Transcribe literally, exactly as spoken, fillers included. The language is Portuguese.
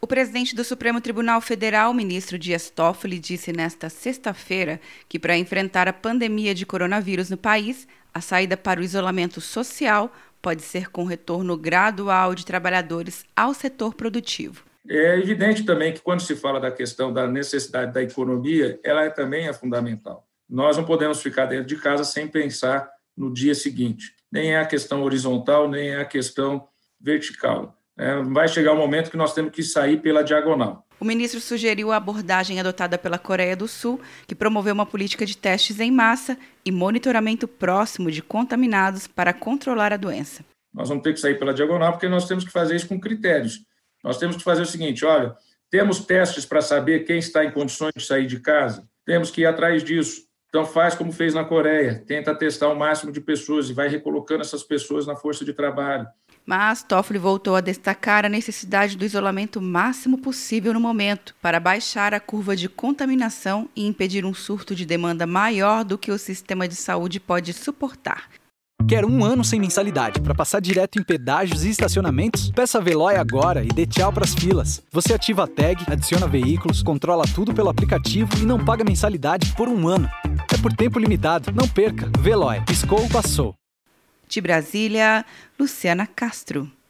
O presidente do Supremo Tribunal Federal, ministro Dias Toffoli, disse nesta sexta-feira que, para enfrentar a pandemia de coronavírus no país, a saída para o isolamento social pode ser com retorno gradual de trabalhadores ao setor produtivo. É evidente também que, quando se fala da questão da necessidade da economia, ela é, também é fundamental. Nós não podemos ficar dentro de casa sem pensar no dia seguinte. Nem é a questão horizontal, nem é a questão vertical. É, vai chegar um momento que nós temos que sair pela diagonal. O ministro sugeriu a abordagem adotada pela Coreia do Sul, que promoveu uma política de testes em massa e monitoramento próximo de contaminados para controlar a doença. Nós vamos ter que sair pela diagonal porque nós temos que fazer isso com critérios. Nós temos que fazer o seguinte, olha, temos testes para saber quem está em condições de sair de casa, temos que ir atrás disso. Então faz como fez na Coreia, tenta testar o máximo de pessoas e vai recolocando essas pessoas na força de trabalho. Mas Toffoli voltou a destacar a necessidade do isolamento máximo possível no momento, para baixar a curva de contaminação e impedir um surto de demanda maior do que o sistema de saúde pode suportar. Quer um ano sem mensalidade para passar direto em pedágios e estacionamentos? Peça a Veloy agora e dê tchau para as filas. Você ativa a tag, adiciona veículos, controla tudo pelo aplicativo e não paga mensalidade por um ano. É por tempo limitado. Não perca. Veloy. Piscou, passou. De Brasília, Luciana Castro.